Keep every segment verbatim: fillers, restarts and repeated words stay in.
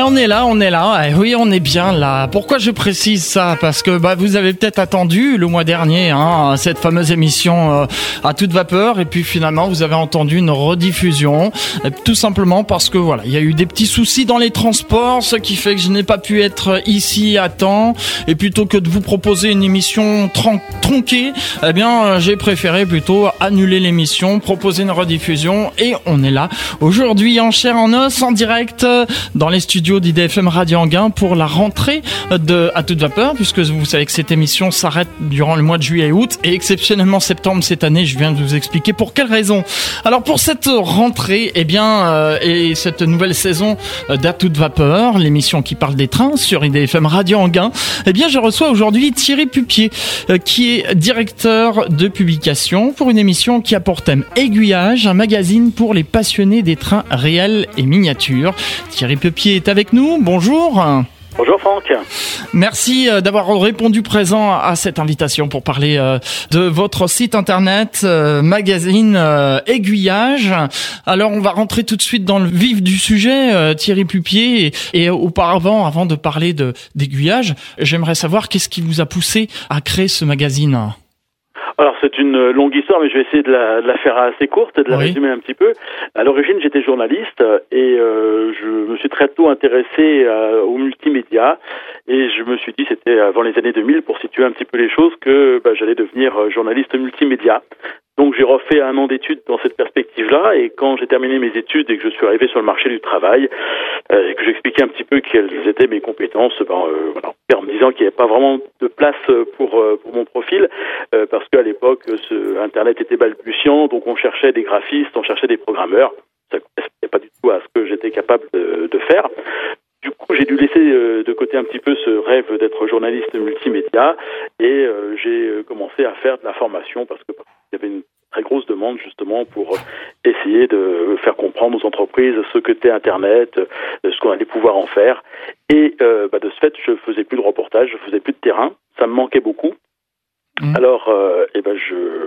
on est là, on est là. Eh oui, on est bien là. Pourquoi je précise ça? Parce que bah, vous avez peut-être attendu le mois dernier hein, cette fameuse émission euh, à toute vapeur, et puis finalement vous avez entendu une rediffusion, et tout simplement parce que voilà, il y a eu des petits soucis dans les transports, ce qui fait que je n'ai pas pu être ici à temps. Et plutôt que de vous proposer une émission tron- tronquée, eh bien, euh, j'ai préféré plutôt annuler l'émission, proposer une rediffusion, et on est là aujourd'hui en chair en os, en direct dans les studios d'I D F M Radio Anguin pour la rentrée de À toute vapeur, puisque vous savez que cette émission s'arrête durant le mois de juillet et août, et exceptionnellement septembre cette année. Je viens de vous expliquer pour quelles raisons. Alors pour cette rentrée, eh bien, euh, et cette nouvelle saison d'À toute vapeur, l'émission qui parle des trains sur I D F M Radio Anguin, eh bien, je reçois aujourd'hui Thierry Pupier, euh, qui est directeur de publication pour une émission qui a pour thème Aiguillage, un magazine pour les passionnés des trains réels et miniatures. Thierry Pupier est avec nous. Bonjour. Bonjour Franck. Merci d'avoir répondu présent à cette invitation pour parler de votre site internet euh, magazine euh, Aiguillage. Alors on va rentrer tout de suite dans le vif du sujet, euh, Thierry Pupier. Et, et auparavant, avant de parler de d'Aiguillage, j'aimerais savoir qu'est-ce qui vous a poussé à créer ce magazine. Alors c'est une longue histoire, mais je vais essayer de la, de la faire assez courte et de la oui. résumer un petit peu. À l'origine, j'étais journaliste et euh, je me suis très tôt intéressé euh, aux multimédia, et je me suis dit, c'était avant les années deux mille, pour situer un petit peu les choses, que bah, j'allais devenir journaliste multimédia. Donc j'ai refait un an d'études dans cette perspective-là, et quand j'ai terminé mes études et que je suis arrivé sur le marché du travail, euh, et que j'expliquais un petit peu quelles étaient mes compétences, ben, euh, voilà, en me disant qu'il n'y avait pas vraiment de place pour, euh, pour mon profil, euh, parce qu'à l'époque, ce, Internet était balbutiant, donc on cherchait des graphistes, on cherchait des programmeurs. Ça ne correspondait pas du tout à ce que j'étais capable de, de faire. Du coup, j'ai dû laisser euh, de côté un petit peu ce rêve d'être journaliste multimédia, et euh, j'ai commencé à faire de la formation, parce que il y avait une très grosse demande justement pour essayer de faire comprendre aux entreprises ce que qu'était Internet, ce qu'on allait pouvoir en faire. Et euh, bah, de ce fait, je faisais plus de reportage, je faisais plus de terrain, ça me manquait beaucoup. Mmh. Alors, euh, eh ben,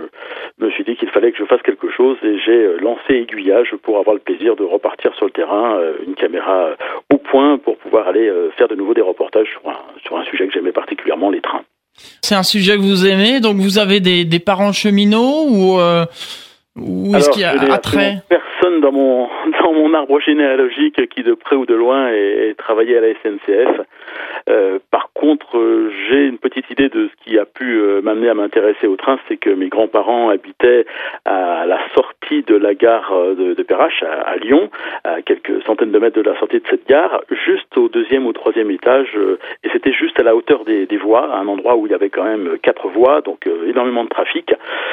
je me suis dit qu'il fallait que je fasse quelque chose, et j'ai lancé Aiguillage pour avoir le plaisir de repartir sur le terrain, euh, une caméra au point pour pouvoir aller euh, faire de nouveau des reportages sur un, sur un sujet que j'aimais particulièrement, les trains. C'est un sujet que vous aimez, donc vous avez des, des parents cheminots ou, euh, ou est-ce Alors, qu'il y a attrait? Personne dans mon dans mon arbre généalogique qui de près ou de loin ait, ait travaillé à la S N C F. Euh, par contre, euh, j'ai une petite idée de ce qui a pu euh, m'amener à m'intéresser au train, c'est que mes grands-parents habitaient à la sortie de la gare de, de Perrache, à, à Lyon, à quelques centaines de mètres de la sortie de cette gare, juste au deuxième ou troisième étage, euh, et c'était juste à la hauteur des, des voies, à un endroit où il y avait quand même quatre voies, donc euh, énormément de trafic.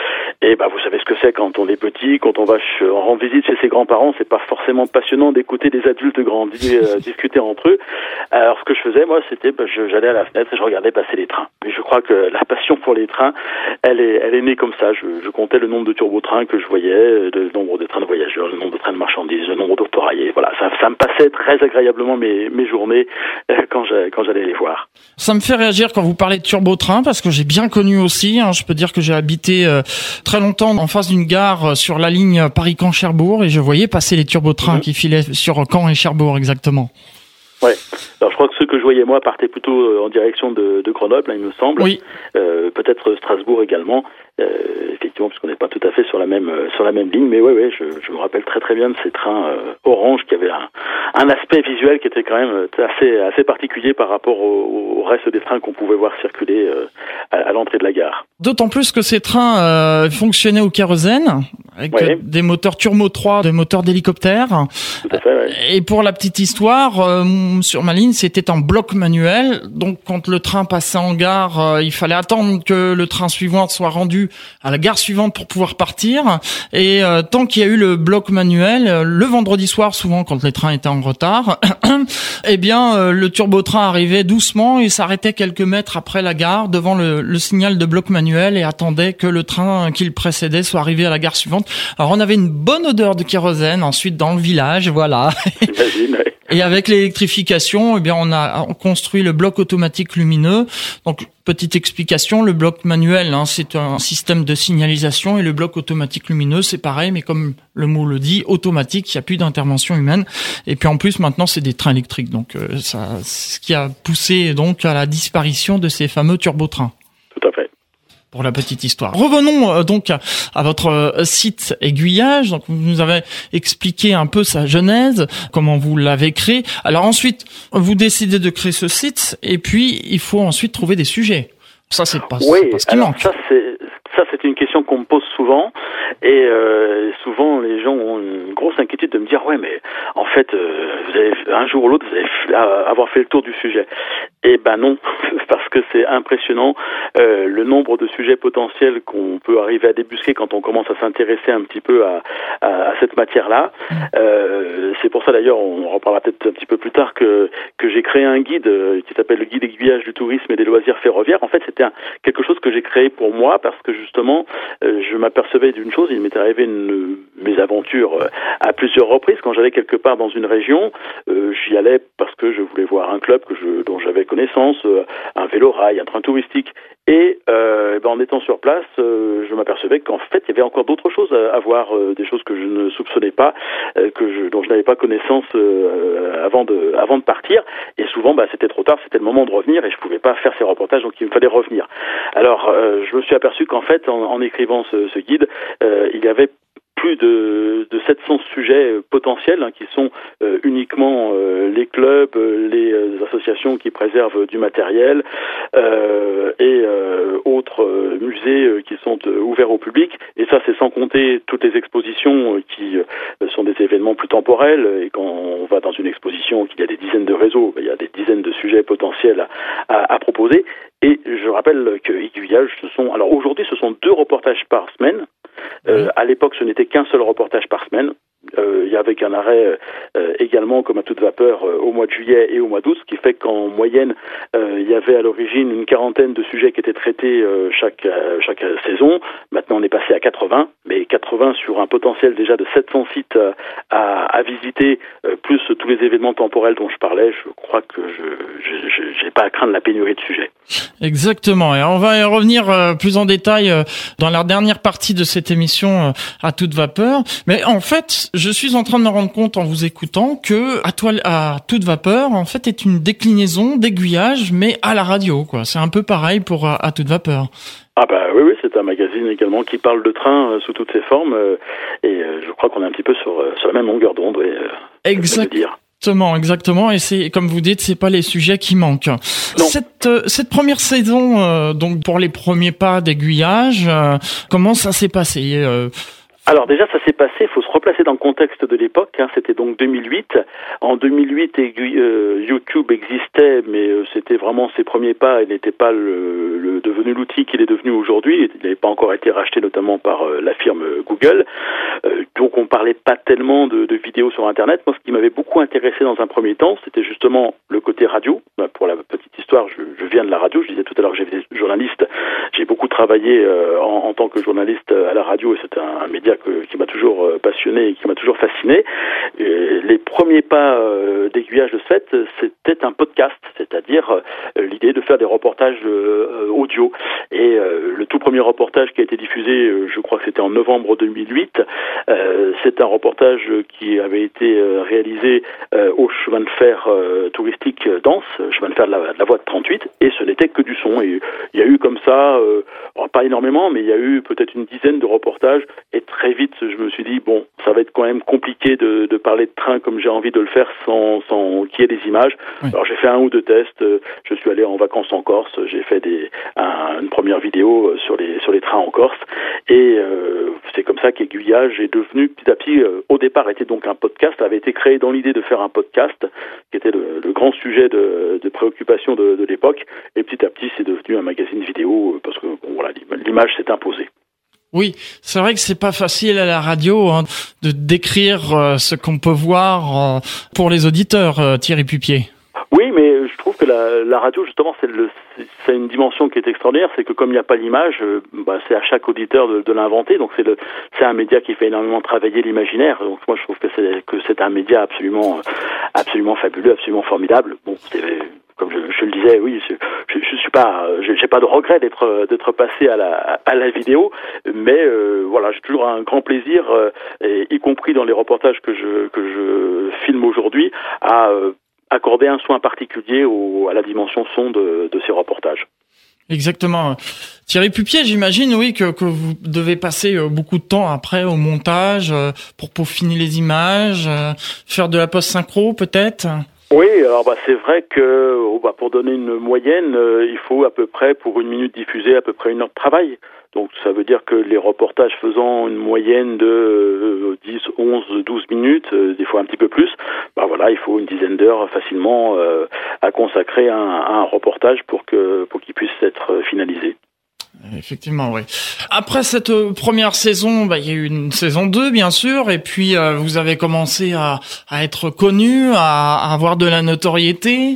Et bah, vous savez ce que c'est quand on est petit, quand on va ch- en rendre visite chez ses grands-parents, c'est pas forcément passionnant d'écouter des adultes grandir, euh, discuter entre eux. Alors ce que je faisais, moi, c'était bah, je, j'allais à la fenêtre et je regardais passer les trains. Mais je crois que la passion pour les trains, elle est, elle est née comme ça. Je, je comptais le nombre de turbotrains que je voyais, le nombre de trains de voyageurs, le nombre de trains de marchandises, le nombre d'autoraillés. Voilà, ça, ça me passait très agréablement mes, mes journées euh, quand, je, quand j'allais les voir. Ça me fait réagir quand vous parlez de turbotrain, parce que j'ai bien connu aussi. Hein, je peux dire que j'ai habité euh, très longtemps en face d'une gare euh, sur la ligne Paris-Caen-Cherbourg, et je voyais passer les turbotrains mmh. qui filaient sur Caen et Cherbourg exactement. Ouais. Alors je crois que ceux que je voyais moi partaient plutôt en direction de, de Grenoble, hein, il me semble. Oui. Euh, peut-être Strasbourg également. Euh, effectivement, puisqu'on n'est pas tout à fait sur la même sur la même ligne, mais ouais, ouais, je, je me rappelle très très bien de ces trains euh, orange qui avaient un, un aspect visuel qui était quand même assez assez particulier par rapport au, au reste des trains qu'on pouvait voir circuler euh, à, à l'entrée de la gare. D'autant plus que ces trains euh, fonctionnaient au kérosène, avec ouais. des moteurs Turbo trois, des moteurs d'hélicoptère. Tout à fait, ouais. Et pour la petite histoire, euh, sur ma ligne, c'était en bloc manuel. Donc, quand le train passait en gare, euh, il fallait attendre que le train suivant soit rendu à la gare suivante pour pouvoir partir. Et euh, tant qu'il y a eu le bloc manuel, euh, le vendredi soir, souvent quand les trains étaient en retard, eh bien, euh, le turbotrain arrivait doucement et s'arrêtait quelques mètres après la gare devant le, le signal de bloc manuel. manuel et attendait que le train qui le précédait soit arrivé à la gare suivante. Alors on avait une bonne odeur de kérosène ensuite dans le village, voilà. J'imagine, ouais. Et avec l'électrification, eh bien on a construit le bloc automatique lumineux. Donc petite explication, le bloc manuel, hein, c'est un système de signalisation et le bloc automatique lumineux, c'est pareil, mais comme le mot le dit, automatique, il n'y a plus d'intervention humaine. Et puis en plus maintenant c'est des trains électriques, donc euh, ça, ce qui a poussé donc à la disparition de ces fameux turbotrains. Tout à fait. Pour la petite histoire. Revenons euh, donc à, à votre euh, site Aiguillage. Donc vous nous avez expliqué un peu sa genèse, comment vous l'avez créé. Alors ensuite, vous décidez de créer ce site et puis il faut ensuite trouver des sujets. Ça c'est pas, oui, c'est pas ce qui alors manque. Ça c'est ça c'est une question qu'on me pose souvent et euh, souvent les gens ont une grosse inquiétude de me dire ouais mais en fait euh, vous avez un jour ou l'autre vous allez f- avoir fait le tour du sujet. Eh ben non, parce que c'est impressionnant euh, le nombre de sujets potentiels qu'on peut arriver à débusquer quand on commence à s'intéresser un petit peu à, à, à cette matière-là. Euh, c'est pour ça d'ailleurs, on en reparlera peut-être un petit peu plus tard, que, que j'ai créé un guide euh, qui s'appelle le guide aiguillage du tourisme et des loisirs ferroviaires. En fait, c'était un, quelque chose que j'ai créé pour moi parce que justement, euh, je m'apercevais d'une chose, il m'est arrivé une mésaventure euh, à plusieurs reprises. Quand j'allais quelque part dans une région, euh, j'y allais parce que je voulais voir un club que je, dont j'avais connaissance, euh, un vélo-rail, un train touristique. Et euh, ben, en étant sur place, euh, je m'apercevais qu'en fait, il y avait encore d'autres choses à, à voir, euh, des choses que je ne soupçonnais pas, euh, que je, dont je n'avais pas connaissance euh, avant de, avant de partir. Et souvent, bah, c'était trop tard, c'était le moment de revenir et je pouvais pas faire ces reportages, donc il me fallait revenir. Alors, euh, je me suis aperçu qu'en fait, en, en écrivant ce, ce guide, euh, il y avait plus de, de sept cents sujets potentiels hein, qui sont euh, uniquement euh, les clubs, euh, les euh, associations qui préservent du matériel euh, et euh, autres euh, musées euh, qui sont euh, ouverts au public. Et ça, c'est sans compter toutes les expositions euh, qui euh, sont des événements plus temporels. Et quand on va dans une exposition, qu'il y a des dizaines de réseaux, il y a des dizaines de sujets potentiels à, à, à proposer. Et je rappelle que Aiguillage, ce sont alors aujourd'hui, ce sont deux reportages par semaine. Euh, à l'époque, ce n'était qu'un seul reportage par semaine. Euh, il y avait un arrêt euh, également, comme à toute vapeur, euh, au mois de juillet et au mois d'août, ce qui fait qu'en moyenne, euh, il y avait à l'origine une quarantaine de sujets qui étaient traités euh, chaque euh, chaque saison. Maintenant, on est passé à quatre-vingts, mais quatre-vingts sur un potentiel déjà de sept cents sites euh, à, à visiter, euh, plus tous les événements temporels dont je parlais. Je crois que je n'ai pas à craindre la pénurie de sujets. Exactement. Et on va y revenir euh, plus en détail euh, dans la dernière partie de cette émission euh, à toute vapeur. Mais en fait, je suis en train de me rendre compte en vous écoutant que à, toile, à toute vapeur, en fait, est une déclinaison d'Aiguillage, mais à la radio, quoi. C'est un peu pareil pour à, à toute vapeur. Ah bah oui, oui, c'est un magazine également qui parle de train euh, sous toutes ses formes euh, et euh, je crois qu'on est un petit peu sur, euh, sur la même longueur d'onde. Et, euh, exact. Exactement, exactement, et c'est comme vous dites, c'est pas les sujets qui manquent. Non. Cette euh, cette première saison, euh, donc pour les premiers pas d'Aiguillage, euh, comment ça s'est passé euh... Alors déjà, ça s'est passé, il faut se replacer dans le contexte de l'époque, hein, c'était donc deux mille huit. En deux mille huit, aiguille, euh, YouTube existait, mais euh, c'était vraiment ses premiers pas, il n'était pas le, le devenu l'outil qu'il est devenu aujourd'hui, il n'avait pas encore été racheté notamment par euh, la firme Google, euh, donc on parlait pas tellement de, de vidéos sur Internet. Moi, ce qui m'avait beaucoup intéressé dans un premier temps, c'était justement le côté radio. Pour la petite histoire, je, je viens de la radio, je disais tout à l'heure que j'étais journaliste, j'ai beaucoup travaillé euh, en, en tant que journaliste à la radio, et c'est un, un média que, qui m'a toujours euh, passionné et qui m'a toujours fasciné. Et les premiers pas euh, d'Aiguillage de ce fait, c'était un podcast, c'est-à-dire euh, l'idée de faire des reportages euh, audio. Et euh, le tout premier reportage qui a été diffusé, euh, je crois que c'était en novembre deux mille huit, euh, c'est un reportage qui avait été euh, réalisé euh, au chemin de fer euh, touristique d'Anse, chemin de fer de la, de la voie de trente-huit, et ce n'était que du son. Et il y a eu comme ça, euh, pas énormément, mais il y a eu peut-être une dizaine de reportages, et très vite je me suis dit, bon, ça va être quand même compliqué de, de parler de train comme j'ai envie de le faire sans, sans qu'il y ait des images. Oui. Alors j'ai fait un ou deux tests, je suis allé en vacances en Corse, j'ai fait des, un, une première vidéo sur les, sur les trains en Corse, et euh, c'est comme ça qu'Aiguillage est devenu petit à petit, euh, au départ était donc un podcast, avait été créé dans l'idée de faire un podcast, qui était le, le grand sujet de, de préoccupation de, de l'époque, et petit à petit c'est devenu un magazine vidéo, parce que bon, voilà, l'image s'est imposée. Oui, c'est vrai que c'est pas facile à la radio hein, de décrire euh, ce qu'on peut voir euh, pour les auditeurs, euh, Thierry Pupier. Oui, mais je trouve que la, la radio, justement, c'est, le, c'est, c'est une dimension qui est extraordinaire, c'est que comme il n'y a pas l'image, euh, bah, c'est à chaque auditeur de, de l'inventer. Donc c'est, le, c'est un média qui fait énormément travailler l'imaginaire. Donc moi, je trouve que c'est, que c'est un média absolument, absolument fabuleux, absolument formidable. Bon, c'est, comme je, je le disais, oui, je, je, je suis pas, je, j'ai pas de regret d'être d'être passé à la à la vidéo, mais euh, voilà, j'ai toujours un grand plaisir, euh, et, y compris dans les reportages que je que je filme aujourd'hui, à euh, accorder un soin particulier au, à la dimension son de, de ces reportages. Exactement. Thierry Pupier, j'imagine, oui, que, que vous devez passer beaucoup de temps après au montage pour peaufiner les images, faire de la post-synchro peut-être. Oui, alors bah c'est vrai que oh, bah, pour donner une moyenne, euh, il faut à peu près pour une minute diffusée à peu près une heure de travail. Donc ça veut dire que les reportages faisant une moyenne de euh, dix, onze, douze minutes, euh, des fois un petit peu plus, bah voilà, il faut une dizaine d'heures facilement euh, à consacrer à un, à un reportage pour que pour qu'il puisse être finalisé. Effectivement, oui. Après cette première saison, bah, il y a eu une saison deux, bien sûr, et puis euh, vous avez commencé à, à être connu, à, à avoir de la notoriété.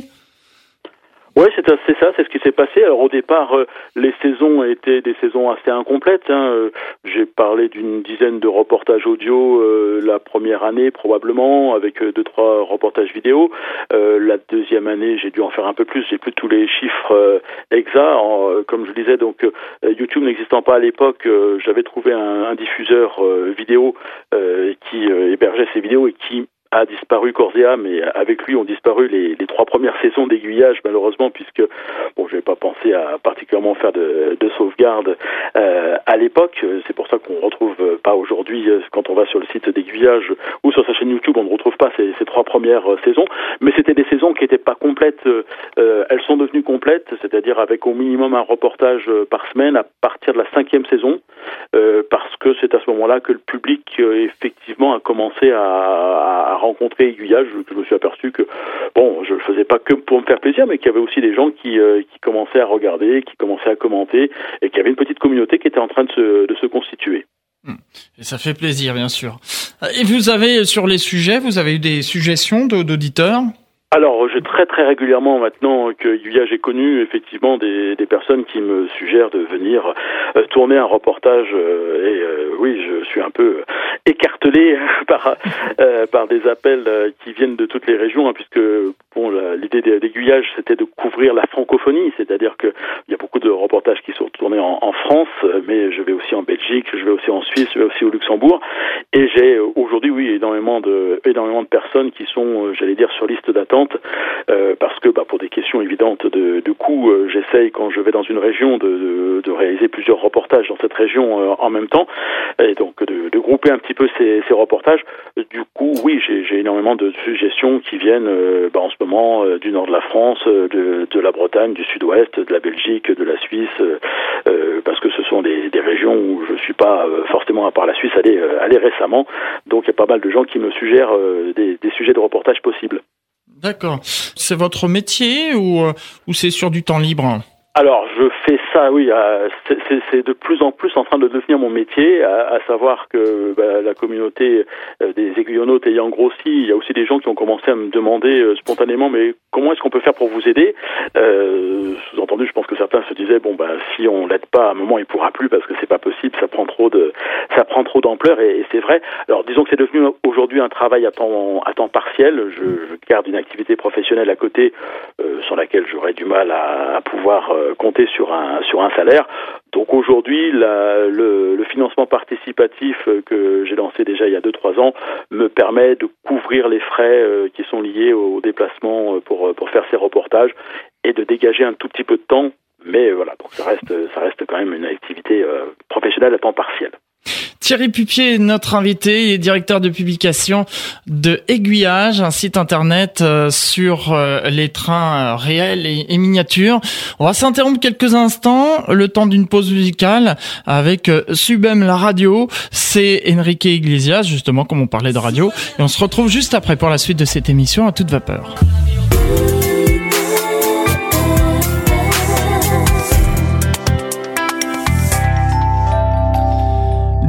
Oui, c'est, c'est ça, c'est ce qui s'est passé. Alors au départ, euh, les saisons étaient des saisons assez incomplètes. Hein. Euh, j'ai parlé d'une dizaine de reportages audio euh, la première année probablement, avec euh, deux trois reportages vidéo. Euh, la deuxième année, j'ai dû en faire un peu plus. J'ai plus tous les chiffres euh, exacts. En, euh, comme je le disais, donc euh, YouTube n'existant pas à l'époque, euh, j'avais trouvé un, un diffuseur euh, vidéo euh, qui euh, hébergeait ces vidéos et qui a disparu corps et âme, et avec lui ont disparu les, les trois premières saisons d'aiguillage, malheureusement, puisque bon, je n'ai pas pensé à particulièrement faire de, de sauvegarde euh, à l'époque. C'est pour ça qu'on retrouve pas aujourd'hui, quand on va sur le site d'aiguillage ou sur sa chaîne YouTube, on ne retrouve pas ces, ces trois premières saisons. Mais c'était des saisons qui n'étaient pas complètes. Euh, elles sont devenues complètes, c'est-à-dire avec au minimum un reportage par semaine à partir de la cinquième saison, euh, parce que c'est à ce moment-là que le public euh, effectivement a commencé à, à rencontrer Aiguillage. Je, je me suis aperçu que bon, je le faisais pas que pour me faire plaisir, mais qu'il y avait aussi des gens qui, euh, qui commençaient à regarder, qui commençaient à commenter, et qu'il y avait une petite communauté qui était en train de se, de se constituer. Et ça fait plaisir, bien sûr. Et vous avez, sur les sujets, vous avez eu des suggestions d'auditeurs ? Alors, j'ai très très régulièrement, maintenant que Aiguillage est connu, effectivement, des, des personnes qui me suggèrent de venir euh, tourner un reportage. Euh, et euh, oui, je suis un peu écartelé par euh, par des appels euh, qui viennent de toutes les régions, hein, puisque bon, la, l'idée d'Aiguillage, c'était de couvrir la francophonie, c'est-à-dire que il y a beaucoup de reportages qui sont tournés en, en France, mais je vais aussi en Belgique, je vais aussi en Suisse, je vais aussi au Luxembourg, et j'ai aujourd'hui, oui, énormément de énormément de personnes qui sont, euh, j'allais dire, sur liste d'attente. Euh, parce que bah, pour des questions évidentes de, de coût, euh, j'essaye quand je vais dans une région de, de, de réaliser plusieurs reportages dans cette région euh, en même temps, et donc de, de grouper un petit peu ces, ces reportages. Du coup, oui, j'ai, j'ai énormément de suggestions qui viennent euh, bah, en ce moment euh, du nord de la France, euh, de, de la Bretagne, du sud-ouest, de la Belgique, de la Suisse, euh, euh, parce que ce sont des, des régions où je suis pas euh, forcément, à part la Suisse, allé, euh, allé récemment. Donc il y a pas mal de gens qui me suggèrent euh, des, des sujets de reportage possibles. D'accord. C'est votre métier ou, ou c'est sur du temps libre ? Alors, je fais ça, oui, euh, c'est, c'est, c'est de plus en plus en train de devenir mon métier, à, à savoir que bah, la communauté euh, des aiguillonnautes ayant grossi, il y a aussi des gens qui ont commencé à me demander euh, spontanément, mais comment est-ce qu'on peut faire pour vous aider ? euh, Sous-entendu, je pense que certains se disaient, bon, bah, si on l'aide pas, à un moment, il pourra plus parce que c'est pas possible, ça prend trop de, ça prend trop d'ampleur, et, et c'est vrai. Alors, disons que c'est devenu aujourd'hui un travail à temps, à temps partiel. Je, je garde une activité professionnelle à côté, euh, sans laquelle j'aurais du mal à, à pouvoir euh, compter sur un sur un salaire. Donc aujourd'hui, la, le, le financement participatif que j'ai lancé déjà il y a deux trois ans me permet de couvrir les frais euh, qui sont liés au déplacement pour pour faire ces reportages et de dégager un tout petit peu de temps. Mais voilà, donc ça reste ça reste quand même une activité euh, professionnelle à temps partiel. Thierry Pupier est notre invité, il est directeur de publication de Aiguillage, un site internet euh, sur euh, les trains euh, réels et, et miniatures. On va s'interrompre quelques instants, le temps d'une pause musicale avec euh, Subem la radio. C'est Enrique Iglesias, justement, comme on parlait de radio. Et on se retrouve juste après pour la suite de cette émission à toute vapeur.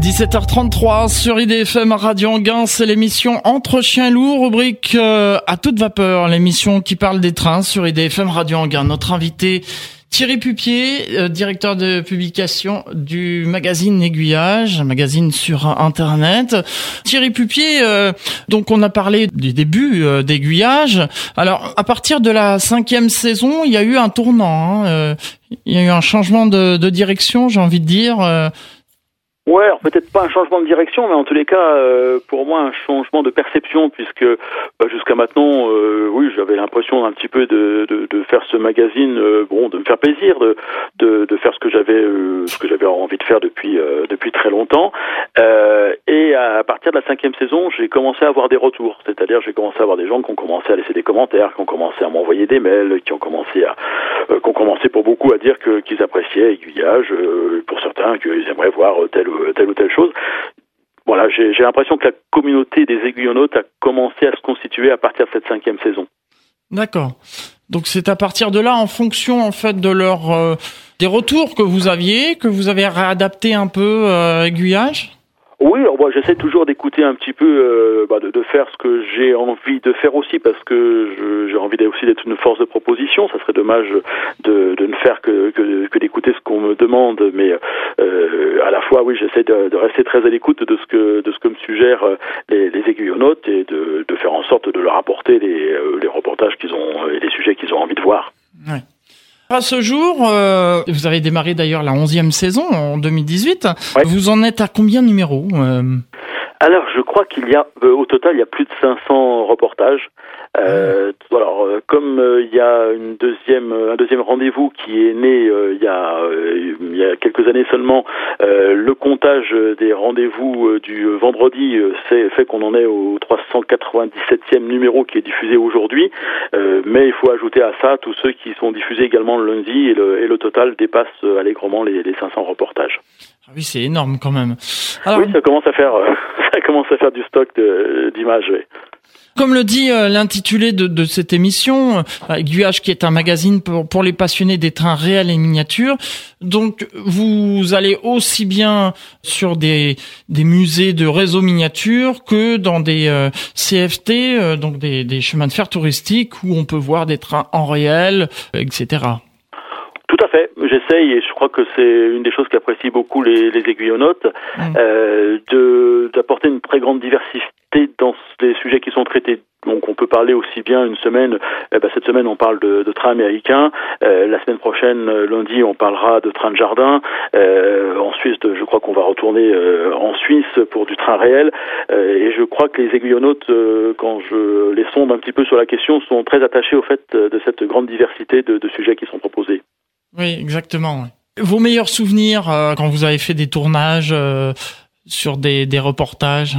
dix-sept heures trente-trois sur I D F M Radio Anguin, c'est l'émission Entre chiens et loups, rubrique euh, à toute vapeur, l'émission qui parle des trains sur I D F M Radio Anguin. Notre invité Thierry Pupier, euh, directeur de publication du magazine Aiguillage, un magazine sur Internet. Thierry Pupier, euh, donc on a parlé du début euh, d'Aiguillage. Alors, à partir de la cinquième saison, il y a eu un tournant. Hein, euh, il y a eu un changement de, de direction, j'ai envie de dire. Euh, Ouais, alors peut-être pas un changement de direction, mais en tous les cas, euh, pour moi, un changement de perception, puisque bah, jusqu'à maintenant, euh, oui, j'avais l'impression un petit peu de, de, de faire ce magazine, euh, bon, de me faire plaisir, de, de, de faire ce que j'avais, euh, ce que j'avais envie de faire depuis euh, depuis très longtemps. Euh, et à partir de la cinquième saison, j'ai commencé à avoir des retours, c'est-à-dire j'ai commencé à avoir des gens qui ont commencé à laisser des commentaires, qui ont commencé à m'envoyer des mails, qui ont commencé à, euh, qui ont commencé pour beaucoup à dire que qu'ils appréciaient Aiguillage, euh, pour certains qu'ils aimeraient voir tel ou telle ou telle chose. Voilà, j'ai, j'ai l'impression que la communauté des aiguillonautes a commencé à se constituer à partir de cette cinquième saison. D'accord. Donc c'est à partir de là, en fonction en fait de leur euh, des retours que vous aviez, que vous avez réadapté un peu euh, Aiguillage. Oui, alors moi j'essaie toujours d'écouter un petit peu, euh, bah, de, de faire ce que j'ai envie de faire aussi, parce que je, j'ai envie aussi d'être une force de proposition. Ça serait dommage de, de ne faire que, que, que d'écouter ce qu'on me demande, mais euh, à la fois, oui, j'essaie de, de rester très à l'écoute de ce que de ce que me suggèrent les, les aiguillonautes et de, de faire en sorte de leur apporter les, les reportages qu'ils ont et les sujets qu'ils ont envie de voir. Ouais. À ce jour, euh, vous avez démarré d'ailleurs la onzième saison en deux mille dix-huit. Ouais. Vous en êtes à combien de numéros euh... Alors, je crois qu'il y a, euh, au total, il y a plus de cinq cents reportages. Euh, mmh. Alors, euh, comme euh, il y a une deuxième, un deuxième rendez-vous qui est né euh, il y a, euh, il y a quelques années seulement, euh, le comptage des rendez-vous euh, du vendredi euh, c'est, fait qu'on en est au trois cent quatre-vingt-dix-septième numéro qui est diffusé aujourd'hui. Euh, mais il faut ajouter à ça tous ceux qui sont diffusés également le lundi et le, et le total dépasse euh, allègrement les, les cinq cents reportages. Oui, c'est énorme quand même. Alors... Oui, ça commence à faire, euh, ça commence à faire du stock de, d'images. Oui. Comme le dit euh, l'intitulé de, de cette émission, euh, Aiguillage, qui est un magazine pour, pour les passionnés des trains réels et miniatures. Donc, vous allez aussi bien sur des, des musées de réseaux miniatures que dans des euh, C F T, euh, donc des, des chemins de fer touristiques où on peut voir des trains en réel, et cetera. Tout à fait, j'essaye et je crois que c'est une des choses qu'apprécient beaucoup les, les aiguillonautes, mmh. euh, de, d'apporter une très grande diversité dans les sujets qui sont traités. Donc on peut parler aussi bien une semaine, eh ben cette semaine on parle de, de trains américains, euh, la semaine prochaine, lundi, on parlera de trains de jardin, euh, en Suisse, je crois qu'on va retourner euh, en Suisse pour du train réel, euh, et je crois que les aiguillonautes, euh, quand je les sonde un petit peu sur la question, sont très attachés au fait de cette grande diversité de, de sujets qui sont proposés. Oui, exactement. Vos meilleurs souvenirs euh, quand vous avez fait des tournages euh, sur des, des reportages?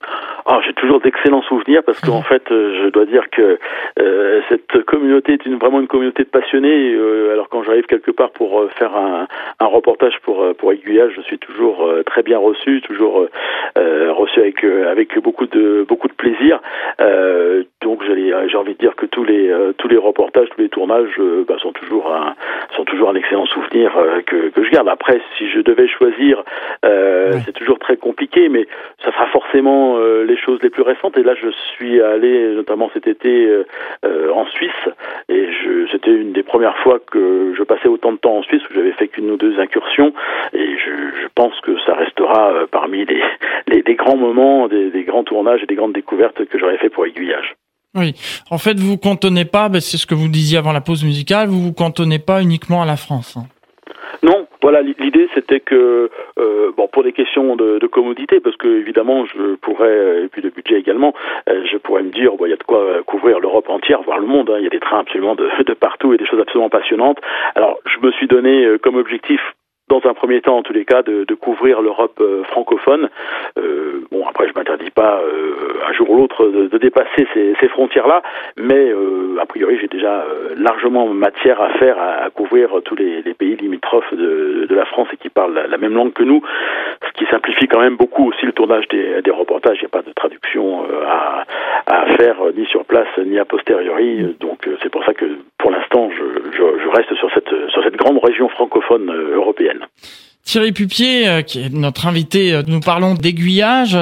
Oh, j'ai toujours d'excellents souvenirs parce qu'en fait, euh, je dois dire que euh, cette communauté est une, vraiment une communauté de passionnés. Euh, alors quand j'arrive quelque part pour euh, faire un, un reportage pour pour Aiguillage, je suis toujours euh, très bien reçu, toujours euh, reçu avec euh, avec beaucoup de beaucoup de plaisir. Euh, donc j'ai, j'ai envie de dire que tous les euh, tous les reportages, tous les tournages euh, bah, sont toujours un sont toujours un excellent souvenir euh, que que je garde. Après, si je devais choisir, euh, oui. c'est toujours très compliqué, mais ça sera forcément euh, les choses les plus récentes. Et là, je suis allé notamment cet été euh, en Suisse, et je, c'était une des premières fois que je passais autant de temps en Suisse, où j'avais fait qu'une ou deux incursions, et je, je pense que ça restera euh, parmi les, les, les grands moments, des, des grands tournages et des grandes découvertes que j'aurais fait pour Aiguillage. Oui, en fait, vous vous cantonnez pas, ben c'est ce que vous disiez avant la pause musicale, vous vous cantonnez pas uniquement à la France. Hein. Non, voilà, l'idée c'était que, euh, bon, pour des questions de, de commodité, parce que évidemment je pourrais, et puis de budget également, euh, je pourrais me dire, bon, il y a de quoi couvrir l'Europe entière, voire le monde, hein, il y a des trains absolument de, de partout et des choses absolument passionnantes. Alors, je me suis donné euh, comme objectif, dans un premier temps, en tous les cas, de, de couvrir l'Europe euh, francophone. Euh, bon, après, je m'interdis pas euh, un jour ou l'autre de, de dépasser ces, ces frontières-là, mais euh, a priori, j'ai déjà euh, largement matière à faire à, à couvrir tous les, les pays limitrophes de, de la France et qui parlent la, la même langue que nous, ce qui simplifie quand même beaucoup aussi le tournage des, des reportages. Il n'y a pas de traduction euh, à, à faire ni sur place ni a posteriori, donc euh, c'est pour ça que pour l'instant, je, je, je reste sur cette sur cette grande région francophone euh, européenne. Thierry Pupier, euh, qui est notre invité, euh, nous parlons d'aiguillage,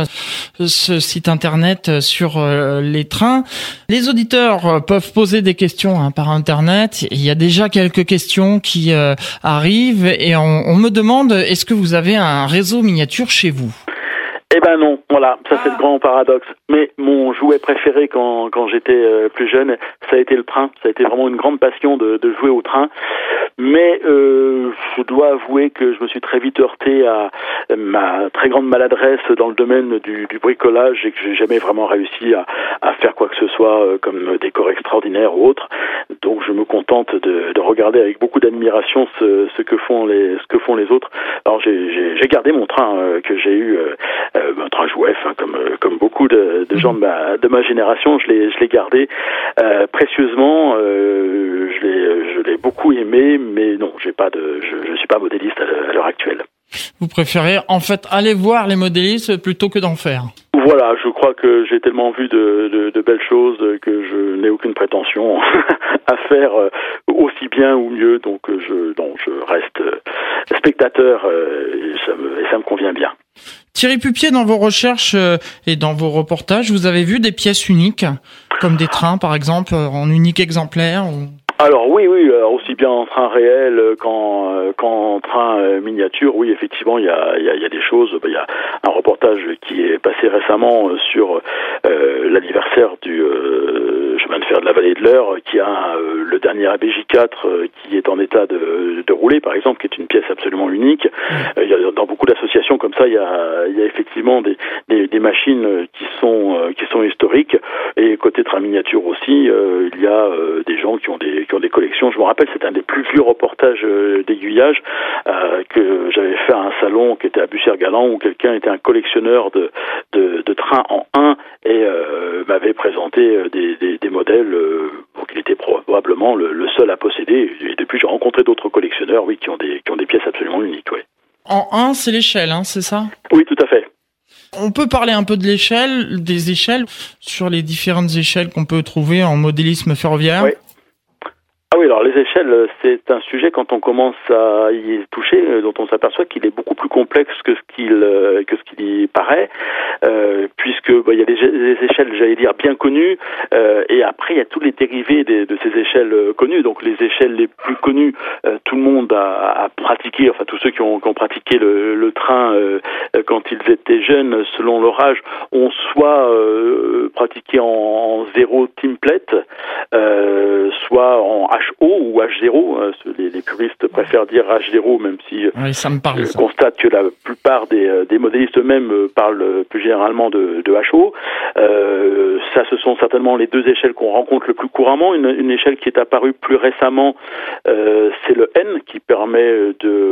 ce site internet sur euh, les trains. Les auditeurs euh, peuvent poser des questions hein, par internet. Il y a déjà quelques questions qui euh, arrivent et on, on me demande, est-ce que vous avez un réseau miniature chez vous ? Eh ben non, voilà, ça c'est le grand paradoxe. Mais mon jouet préféré quand quand j'étais euh, plus jeune, ça a été le train. Ça a été vraiment une grande passion de, de jouer au train. Mais euh, je dois avouer que je me suis très vite heurté à ma très grande maladresse dans le domaine du, du bricolage et que j'ai jamais vraiment réussi à, à faire quoi que ce soit euh, comme décor extraordinaire ou autre. Donc je me contente de, de regarder avec beaucoup d'admiration ce, ce que font les ce que font les autres. Alors j'ai j'ai, j'ai gardé mon train euh, que j'ai eu. Euh, Euh, un train jouet, hein, comme euh, comme beaucoup de, de gens de ma de ma génération, je l'ai je l'ai gardé euh, précieusement. Euh, je l'ai je l'ai beaucoup aimé, mais non, j'ai pas de je, je suis pas modéliste à l'heure actuelle. Vous préférez en fait aller voir les modélistes plutôt que d'en faire? Voilà, je crois que j'ai tellement vu de, de, de belles choses que je n'ai aucune prétention à faire aussi bien ou mieux, donc je donc je reste spectateur et ça me et ça me convient bien. Thierry Pupier, dans vos recherches et dans vos reportages, vous avez vu des pièces uniques, comme des trains par exemple, en unique exemplaire ou... Alors oui, oui, aussi bien en train réel qu'en, qu'en train miniature, oui, effectivement, il y a, il y a, il y a des choses. Il y a un reportage qui est passé récemment sur euh, l'anniversaire du euh, chemin de fer de la vallée de l'Eure, qui a euh, le dernier A B J quatre euh, qui est en état de, de rouler, par exemple, qui est une pièce absolument unique. Euh, il y a, dans beaucoup d'associations comme ça, il y a, il y a effectivement des, des, des machines qui sont euh, qui sont historiques. Et côté train miniature aussi, euh, il y a euh, des gens qui ont des qui ont des collections. Je me rappelle, c'est un des plus vieux reportages euh, d'aiguillage euh, que j'avais fait à un salon qui était à Bussière-Galant, où quelqu'un était un collectionneur de de, de trains en un et euh, m'avait présenté des, des, des modèles euh, donc il était probablement le, le seul à posséder. Et depuis, j'ai rencontré d'autres collectionneurs, oui, qui ont des qui ont des pièces absolument uniques, oui. En un, c'est l'échelle, hein, c'est ça? Oui, tout à fait. On peut parler un peu de l'échelle, des échelles, sur les différentes échelles qu'on peut trouver en modélisme ferroviaire. Oui. Ah oui, alors les échelles, c'est un sujet quand on commence à y toucher, dont on s'aperçoit qu'il est beaucoup plus complexe que ce qu'il que ce qu'il y paraît, euh, puisque bah, il y a des, des échelles, j'allais dire, bien connues, euh, et après il y a tous les dérivés des, de ces échelles connues. Donc les échelles les plus connues, euh, tout le monde a, a pratiqué, enfin tous ceux qui ont, qui ont pratiqué le, le train euh, quand ils étaient jeunes, selon leur âge, ont soit euh, pratiqué en, en zéro template, euh, soit en H O ou H zéro, les, les puristes préfèrent dire H zéro, même si oui, ça me parle, je ça. constate que la plupart des, des modélistes eux-mêmes parlent plus généralement de, de H O. Euh, ça, ce sont certainement les deux échelles qu'on rencontre le plus couramment. Une, une échelle qui est apparue plus récemment, euh, c'est le N, qui permet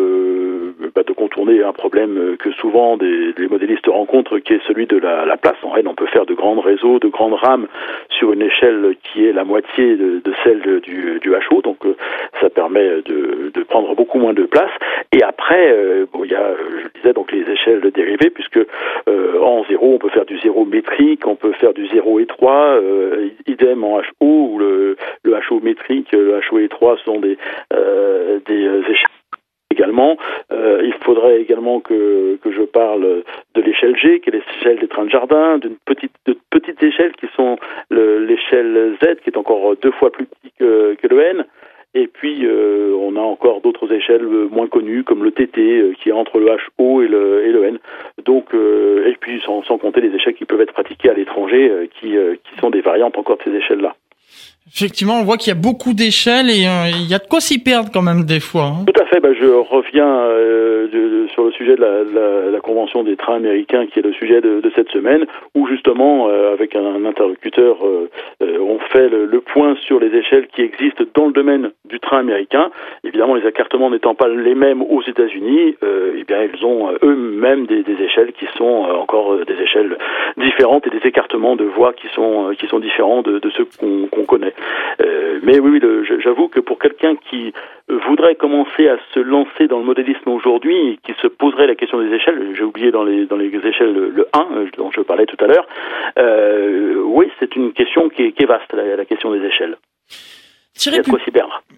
de, bah, de contourner un problème que souvent des, des modélistes rencontrent, qui est celui de la, la place. En N, on peut faire de grands réseaux, de grandes rames sur une échelle qui est la moitié de, de celle du, du H O, donc euh, ça permet de, de prendre beaucoup moins de place. Et après, euh, bon, il y a, je disais, donc les échelles dérivées, puisque euh, en zéro, on peut faire du zéro métrique, on peut faire du zéro étroit, euh, idem en H O, où le, le H O métrique, le H O étroit sont des, euh, des échelles. Également, euh, il faudrait également que que je parle de l'échelle G, qui est l'échelle des trains de jardin, d'une petite de petites échelles qui sont le, l'échelle Z, qui est encore deux fois plus petit que, que le N. Et puis euh, on a encore d'autres échelles moins connues, comme le T T, qui est entre le H O et le et le N. Donc euh, et puis sans, sans compter les échelles qui peuvent être pratiquées à l'étranger, euh, qui euh, qui sont des variantes encore de ces échelles-là. Effectivement, on voit qu'il y a beaucoup d'échelles et euh, il y a de quoi s'y perdre quand même des fois. Hein. Tout à fait. Bah, je reviens euh, de, de, sur le sujet de la, la, la convention des trains américains, qui est le sujet de, de cette semaine, où justement, euh, avec un, un interlocuteur, euh, euh, on fait le, le point sur les échelles qui existent dans le domaine du train américain. Évidemment, les écartements n'étant pas les mêmes aux États-Unis, euh, eh bien, ils ont euh, eux-mêmes des, des échelles qui sont euh, encore euh, des échelles différentes et des écartements de voies qui sont euh, qui sont différents de, de ceux qu'on, qu'on connaît. Euh, mais oui, le, j'avoue que pour quelqu'un qui voudrait commencer à se lancer dans le modélisme aujourd'hui et qui se poserait la question des échelles, j'ai oublié dans les dans les échelles le, le un dont je parlais tout à l'heure, euh, oui, c'est une question qui est, qui est vaste, la, la question des échelles. Thierry Il y a de quoi s'y perdre.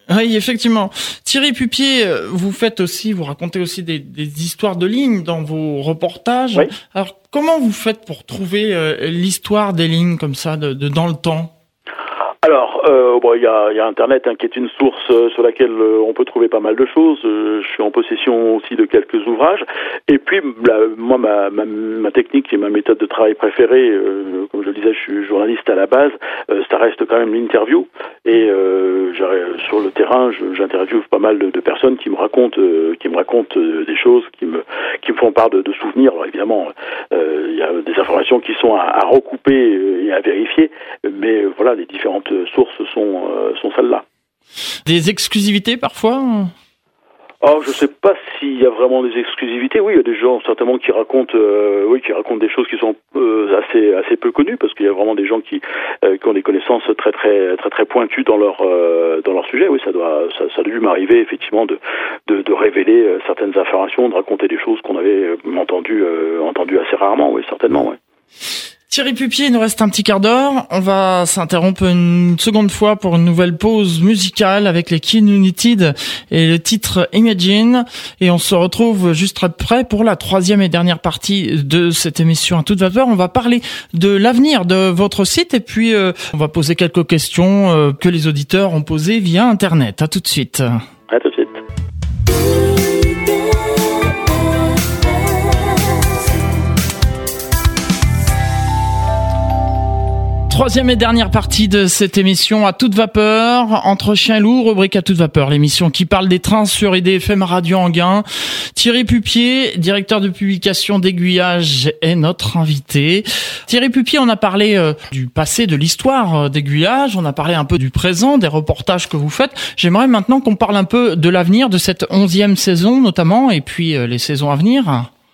Oui, effectivement. Thierry Pupier, vous faites aussi, vous racontez aussi des, des histoires de lignes dans vos reportages. Oui. Alors, comment vous faites pour trouver euh, l'histoire des lignes comme ça, de, de dans le temps? Alors, euh, bon, il y a, y a Internet hein, qui est une source euh, sur laquelle euh, on peut trouver pas mal de choses. Euh, je suis en possession aussi de quelques ouvrages. Et puis, la, moi, ma, ma, ma technique et ma méthode de travail préférée, euh, comme je le disais, je suis journaliste à la base, euh, ça reste quand même l'interview. Et euh, sur le terrain, je, j'interviewe pas mal de, de personnes qui me racontent, euh, qui me racontent euh, des choses, qui me, qui me font part de, de souvenirs. Alors évidemment, euh, il y a des informations qui sont à, à recouper et à vérifier, mais euh, voilà, les différentes sources sont, euh, sont celles-là. Des exclusivités parfois? Oh, je sais pas s'il y a vraiment des exclusivités. Oui, il y a des gens certainement qui racontent, euh, oui, qui racontent des choses qui sont euh, assez assez peu connues, parce qu'il y a vraiment des gens qui, euh, qui ont des connaissances très très très très pointues dans leur euh, dans leur sujet. Oui, ça doit ça, ça a dû m'arriver effectivement de de, de révéler euh, certaines informations, de raconter des choses qu'on avait euh, entendues euh, entendues assez rarement. Oui, certainement. Oui. Thierry Pupier, il nous reste un petit quart d'heure. On va s'interrompre une seconde fois pour une nouvelle pause musicale avec les Keane United et le titre Imagine. Et on se retrouve juste après pour la troisième et dernière partie de cette émission à toute vapeur. On va parler de l'avenir de votre site et puis euh, on va poser quelques questions euh, que les auditeurs ont posées via Internet. À tout de suite. À tout de suite. Troisième et dernière partie de cette émission à toute vapeur, Entre Chiens et Loups, rubrique à toute vapeur, l'émission qui parle des trains sur I D F M Radio Anguin. Thierry Pupier, directeur de publication d'Aiguillage, est notre invité. Thierry Pupier, on a parlé euh, du passé, de l'histoire euh, d'Aiguillage, on a parlé un peu du présent, des reportages que vous faites. J'aimerais maintenant qu'on parle un peu de l'avenir de cette onzième saison notamment, et puis euh, les saisons à venir.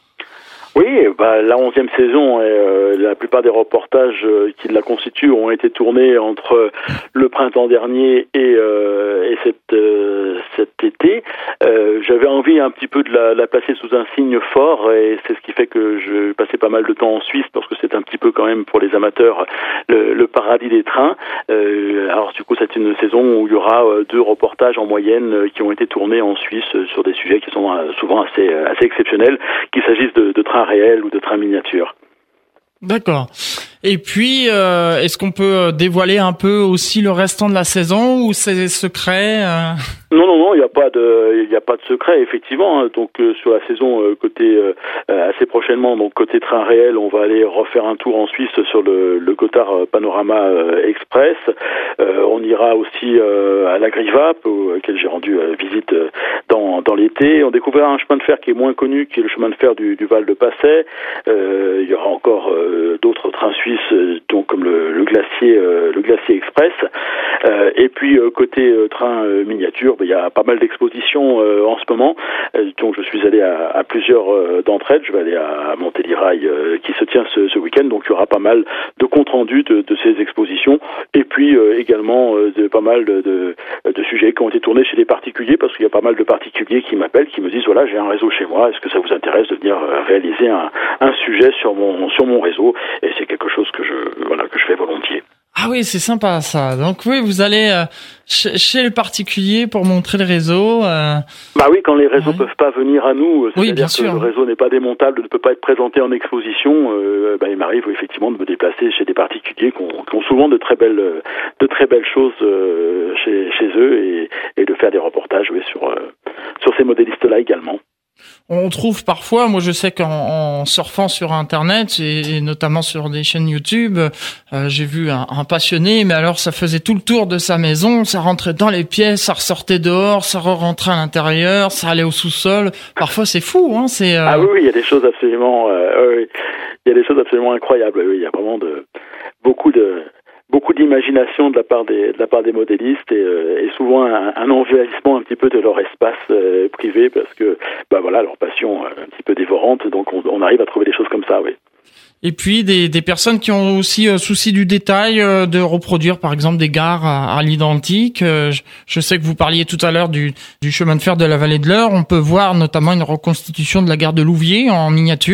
Oui, bah, la onzième saison, et, euh, la plupart des reportages euh, qui la constituent ont été tournés entre le printemps dernier et, euh, et cet, euh, cet été. Euh, j'avais envie un petit peu de la, la placer sous un signe fort, et c'est ce qui fait que je passais pas mal de temps en Suisse, parce que c'est un petit peu quand même pour les amateurs le, le paradis des trains. Euh, alors du coup, c'est une saison où il y aura euh, deux reportages en moyenne euh, qui ont été tournés en Suisse euh, sur des sujets qui sont euh, souvent assez, assez exceptionnels, qu'il s'agisse de, de trains réels ou de trains miniatures. D'accord. Et puis, euh, est-ce qu'on peut dévoiler un peu aussi le restant de la saison ou c'est secret euh... Non, non, non, il n'y a pas de, il n'y a pas de secret, effectivement. Hein. Donc euh, sur la saison euh, côté euh, assez prochainement, donc côté train réel, on va aller refaire un tour en Suisse sur le, le Gotthard Panorama euh, Express. Euh, on ira aussi euh, à la Grivap, auquel j'ai rendu euh, visite euh, dans, dans l'été. On découvrira un chemin de fer qui est moins connu, qui est le chemin de fer du, du Val de Passay. Euh, il y aura encore euh, d'autres trains suisses, euh, donc comme le, le glacier, euh, le glacier Express. Euh, et puis euh, côté euh, train euh, miniature, il y a pas mal d'expositions euh, en ce moment, euh, donc je suis allé à, à plusieurs euh, d'entre elles. Je vais aller à Montélimaraille euh, qui se tient ce, ce week-end, donc il y aura pas mal de comptes rendus de, de ces expositions, et puis euh, également euh, de pas mal de, de, de sujets qui ont été tournés chez des particuliers, parce qu'il y a pas mal de particuliers qui m'appellent, qui me disent voilà, j'ai un réseau chez moi, est-ce que ça vous intéresse de venir euh, réaliser un, un sujet sur mon sur mon réseau? Et c'est quelque chose que je voilà que je fais volontiers. Ah oui, c'est sympa ça. Donc oui, vous allez euh, chez, chez les particuliers pour montrer le réseau. Euh... Bah oui, quand les réseaux ouais. peuvent pas venir à nous, c'est-à-dire oui, bien que sûr. le réseau n'est pas démontable, ne peut pas être présenté en exposition. Euh, bah, il m'arrive effectivement de me déplacer chez des particuliers qui ont, qui ont souvent de très belles, de très belles choses euh, chez, chez eux, et, et de faire des reportages oui, sur euh, sur ces modélistes-là également. On trouve parfois, moi je sais qu'en en surfant sur Internet et, et notamment sur des chaînes YouTube, euh, j'ai vu un, un passionné, mais alors ça faisait tout le tour de sa maison, ça rentrait dans les pièces, ça ressortait dehors, ça re-rentrait à l'intérieur, ça allait au sous-sol. Parfois c'est fou, hein. C'est euh... ah oui, oui, il y a des choses absolument, euh, oui, il y a des choses absolument incroyables. Oui, il y a vraiment de beaucoup de beaucoup d'imagination de la part des de la part des modélistes, et, euh, et souvent un, un envahissement un petit peu de leur espace euh, privé, parce que bah voilà, leur passion euh, un petit peu dévorante, donc on, on arrive à trouver des choses comme ça, oui. Et puis des des personnes qui ont aussi euh, souci du détail, euh, de reproduire par exemple des gares à, à l'identique. Euh, je, je sais que vous parliez tout à l'heure du du chemin de fer de la vallée de l'Eure. On peut voir notamment une reconstitution de la gare de Louviers en miniature.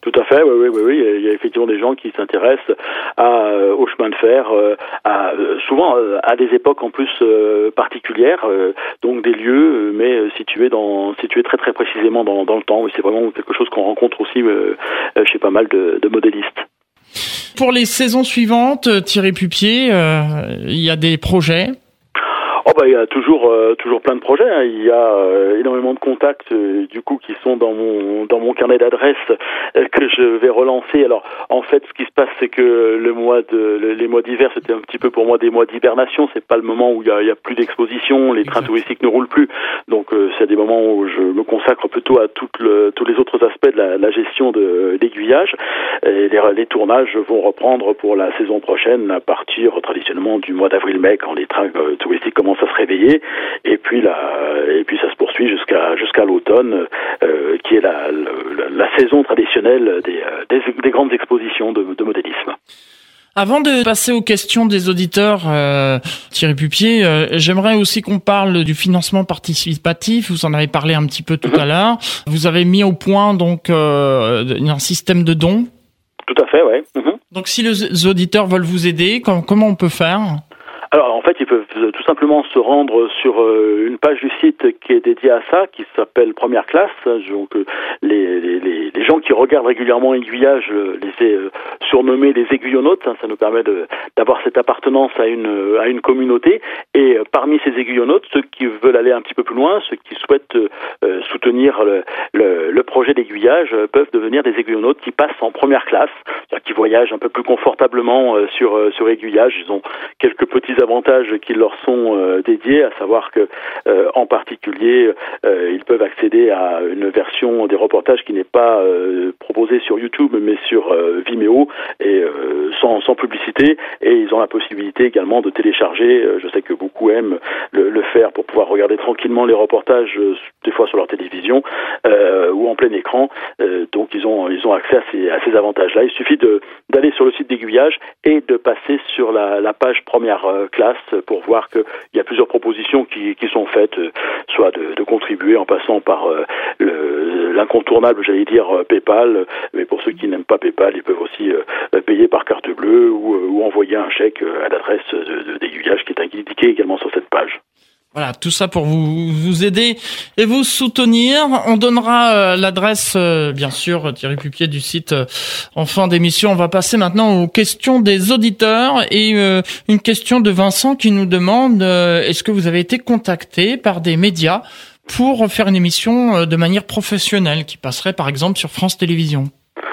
Tout à fait, oui, oui, oui, oui. Il y a effectivement des gens qui s'intéressent à, euh, au chemin de fer, euh, à, euh, souvent euh, à des époques en plus euh, particulières, euh, donc des lieux, euh, mais situés dans, situés très très précisément dans, dans le temps. Oui, c'est vraiment quelque chose qu'on rencontre aussi euh, chez pas mal de, de modélistes. Pour les saisons suivantes, Thierry Pupier, euh, il y a des projets? Oh bah il y a toujours euh, toujours plein de projets. Hein. Il y a euh, énormément de contacts euh, du coup qui sont dans mon dans mon carnet d'adresses euh, que je vais relancer. Alors en fait, ce qui se passe, c'est que le mois de le, les mois d'hiver, c'était un petit peu pour moi des mois d'hibernation. C'est pas le moment où il y a, il y a plus d'exposition, les trains touristiques ne roulent plus. Donc euh, c'est des moments où je me consacre plutôt à toutes le, tous les autres aspects de la, la gestion de l'aiguillage. Et les, les tournages vont reprendre pour la saison prochaine à partir traditionnellement du mois d'avril-mai quand les trains euh, touristiques commencent à se réveiller, et puis la, et puis ça se poursuit jusqu'à jusqu'à l'automne, euh, qui est la, la, la saison traditionnelle des, des, des grandes expositions de, de modélisme. Avant de passer aux questions des auditeurs, euh, Thierry Pupier, euh, j'aimerais aussi qu'on parle du financement participatif. Vous en avez parlé un petit peu tout mmh. à l'heure. Vous avez mis au point donc euh, un système de dons. Tout à fait, oui. Mmh. Donc si les auditeurs veulent vous aider, comment on peut faire ? Alors en fait, ils peuvent tout simplement se rendre sur euh, une page du site qui est dédiée à ça, qui s'appelle Première Classe. Donc euh, les, les, les gens qui regardent régulièrement Aiguillage euh, les est euh, surnommés les aiguillonautes. Hein, ça nous permet de, d'avoir cette appartenance à une à une communauté. Et euh, parmi ces aiguillonautes, ceux qui veulent aller un petit peu plus loin, ceux qui souhaitent euh, soutenir le, le, le projet d'aiguillage, euh, peuvent devenir des aiguillonautes qui passent en première classe, c'est-à-dire qui voyagent un peu plus confortablement euh, sur euh, sur Aiguillage. Ils ont quelques petits avantages qui leur sont euh, dédiés, à savoir que euh, en particulier euh, ils peuvent accéder à une version des reportages qui n'est pas euh, proposée sur YouTube mais sur euh, Vimeo et euh, sans, sans publicité, et ils ont la possibilité également de télécharger, euh, je sais que beaucoup aiment le, le faire pour pouvoir regarder tranquillement les reportages, euh, des fois sur leur télévision euh, ou en plein écran, euh, donc ils ont ils ont accès à ces, à ces avantages-là. Il suffit de d'aller sur le site d'Aiguillage et de passer sur la, la page Première euh, Classe pour voir qu'il y a plusieurs propositions qui, qui sont faites, soit de, de contribuer en passant par euh, le, l'incontournable, j'allais dire, PayPal, mais pour ceux qui n'aiment pas PayPal, ils peuvent aussi euh, payer par carte bleue ou, ou envoyer un chèque à l'adresse de, de, d'Aiguillage qui est indiquée également sur cette page. Voilà, tout ça pour vous vous aider et vous soutenir. On donnera euh, l'adresse, euh, bien sûr, Thierry Pupier, du site euh, en fin d'émission. On va passer maintenant aux questions des auditeurs et euh, une question de Vincent qui nous demande euh, est-ce que vous avez été contacté par des médias pour faire une émission euh, de manière professionnelle qui passerait par exemple sur France Télévisions ?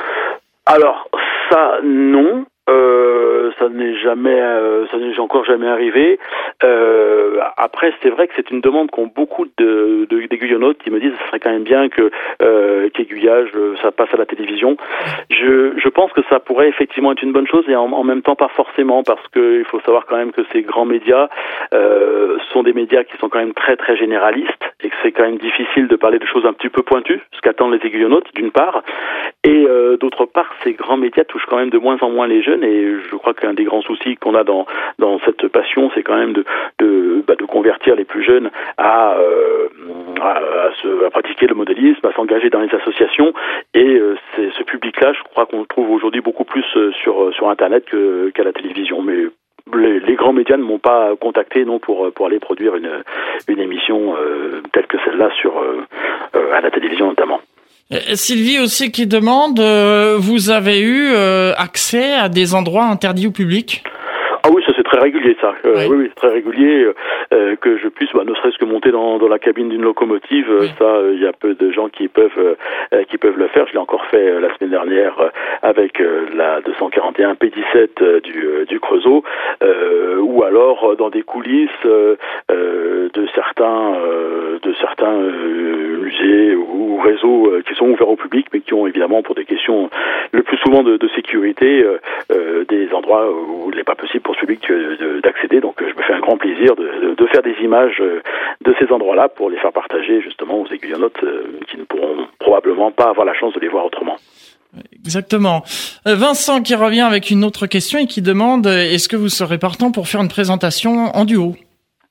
Alors ça, non. Euh, ça n'est jamais, euh, ça n'est encore jamais arrivé. Euh, après, c'est vrai que c'est une demande qu'ont beaucoup de, de d'aiguillonautes qui me disent que ce serait quand même bien que euh, qu'Aiguillage ça passe à la télévision. Je, je pense que ça pourrait effectivement être une bonne chose et en, en même temps pas forcément, parce que il faut savoir quand même que ces grands médias euh, sont des médias qui sont quand même très très généralistes et que c'est quand même difficile de parler de choses un petit peu pointues, ce qu'attendent les aiguillonautes d'une part, et euh, d'autre part, ces grands médias touchent quand même de moins en moins les jeunes. Et je crois qu'un des grands soucis qu'on a dans dans cette passion, c'est quand même de de, bah, de convertir les plus jeunes à, euh, à, à, se, à pratiquer le modélisme, à s'engager dans les associations. Et euh, c'est ce public-là, je crois qu'on le trouve aujourd'hui beaucoup plus sur sur Internet que, qu'à la télévision. Mais les, les grands médias ne m'ont pas contacté non pour pour aller produire une une émission euh, telle que celle-là sur euh, euh, à la télévision notamment. Sylvie aussi qui demande, euh, vous avez eu euh, accès à des endroits interdits au public ? Ah oui, ça c'est très régulier ça. Euh, oui. oui, oui, c'est très régulier euh, que je puisse, bah, ne serait-ce que monter dans, dans la cabine d'une locomotive. Oui. Ça, il euh, y a peu de gens qui peuvent euh, qui peuvent le faire. Je l'ai encore fait euh, la semaine dernière euh, avec euh, la deux cent quarante et un P dix-sept euh, du euh, du Creusot, euh, ou alors dans des coulisses euh, euh, de certains euh, de certains euh, musées ou réseaux euh, qui sont ouverts au public, mais qui ont évidemment pour des questions le plus souvent de, de sécurité euh, euh, des endroits où il n'est pas possible pour ce public d'accéder. Donc je me fais un grand plaisir de, de, de faire des images de ces endroits-là pour les faire partager justement aux aiguillonautes qui ne pourront probablement pas avoir la chance de les voir autrement. Exactement. Vincent qui revient avec une autre question et qui demande est-ce que vous serez partant pour faire une présentation en duo ?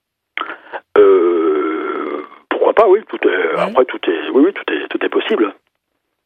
euh, Pourquoi pas, oui. Tout est, ouais. Après tout est, oui, oui, tout est, tout est possible.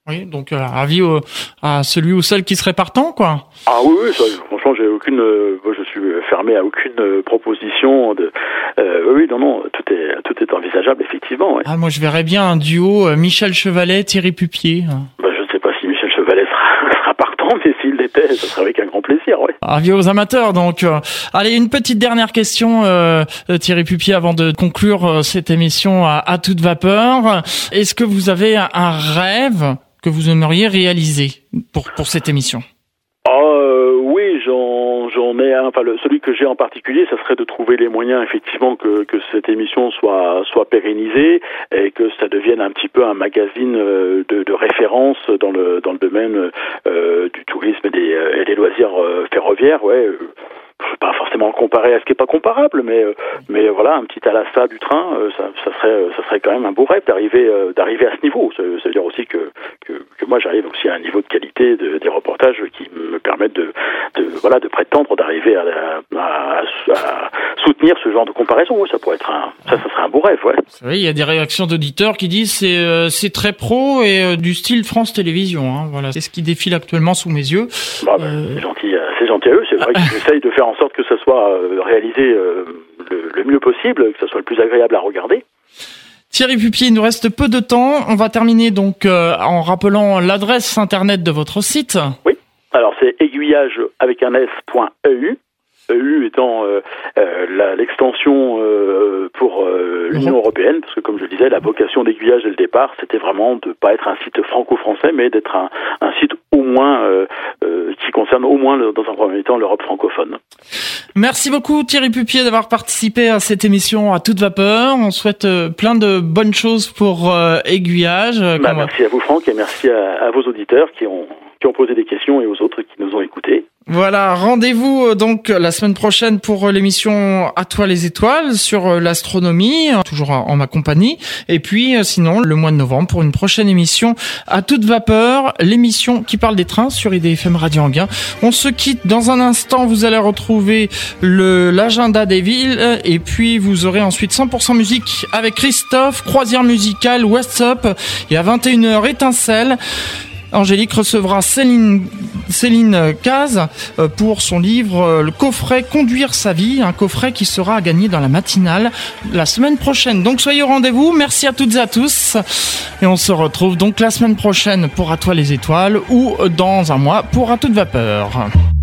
Oui, donc euh, avis au, à celui ou celle qui serait partant, quoi. Ah oui, oui, ça, franchement, j'ai aucune, euh, je suis fermé à aucune euh, proposition. De, euh, oui, non, non, tout est, tout est envisageable, effectivement. Ouais. Ah, moi, je verrais bien un duo euh, Michel Chevalet, Thierry Pupier. Bah, je ne sais pas si Michel Chevalet sera, sera partant, mais s'il l'était, ce serait avec un grand plaisir, ouais. Avis aux amateurs, donc. Euh, allez, une petite dernière question, euh, Thierry Pupier, avant de conclure euh, cette émission à, à toute vapeur. Est-ce que vous avez un, un rêve que vous aimeriez réaliser pour pour cette émission? Oh, euh, oui, j'en j'en ai un. Enfin, le, celui que j'ai en particulier, ça serait de trouver les moyens, effectivement, que que cette émission soit soit pérennisée et que ça devienne un petit peu un magazine de, de référence dans le dans le domaine euh, du tourisme et des, et des loisirs euh, ferroviaires. Ouais. Euh, Je ne veux pas forcément comparer à ce qui n'est pas comparable, mais mais voilà, un petit Alassa du train, ça, ça serait ça serait quand même un beau rêve d'arriver d'arriver à ce niveau. Ça, ça veut dire aussi que que, que moi j'arrive aussi à un niveau de qualité de, des reportages qui me permettent de, de voilà de prétendre d'arriver à, à, à soutenir ce genre de comparaison. Ça pourrait être un ça ça serait un beau rêve, ouais. Vous savez, il y a des réactions d'auditeurs qui disent c'est euh, c'est très pro et euh, du style France Télévisions. Hein, voilà, c'est ce qui défile actuellement sous mes yeux. Bah, bah, euh... C'est gentil, c'est gentil à eux. C'est vrai qu'ils essayent de faire en sorte que ça soit euh, réalisé euh, le, le mieux possible, que ça soit le plus agréable à regarder. Thierry Pupier, il nous reste peu de temps. On va terminer donc euh, en rappelant l'adresse internet de votre site. Oui, alors c'est aiguillage avec un s.eu. E U étant euh, euh, la, l'extension euh, pour euh, l'Union européenne, parce que comme je le disais, la vocation d'Aiguillage dès le départ, c'était vraiment de ne pas être un site franco-français, mais d'être un, un site au moins euh, euh, qui concerne au moins, le, dans un premier temps, l'Europe francophone. Merci beaucoup Thierry Pupier d'avoir participé à cette émission à toute vapeur. On souhaite plein de bonnes choses pour euh, Aiguillage. Bah, merci à vous Franck et merci à, à vos auditeurs qui ont qui ont posé des questions et aux autres qui nous ont écoutés. Voilà, rendez-vous donc la semaine prochaine pour l'émission À toi les étoiles sur l'astronomie, toujours en ma compagnie. Et puis sinon, le mois de novembre pour une prochaine émission À toute vapeur, l'émission qui parle des trains sur I D F M Radio Anguin. On se quitte dans un instant, vous allez retrouver le l'agenda des villes et puis vous aurez ensuite cent pour cent musique avec Christophe, croisière musicale, What's Up et à vingt et une heures Étincelle. Angélique recevra Céline, Céline Caz pour son livre Le coffret Conduire sa vie, un coffret qui sera à gagner dans la matinale la semaine prochaine. Donc soyez au rendez-vous, merci à toutes et à tous et on se retrouve donc la semaine prochaine pour À toi les étoiles ou dans un mois pour À toute vapeur.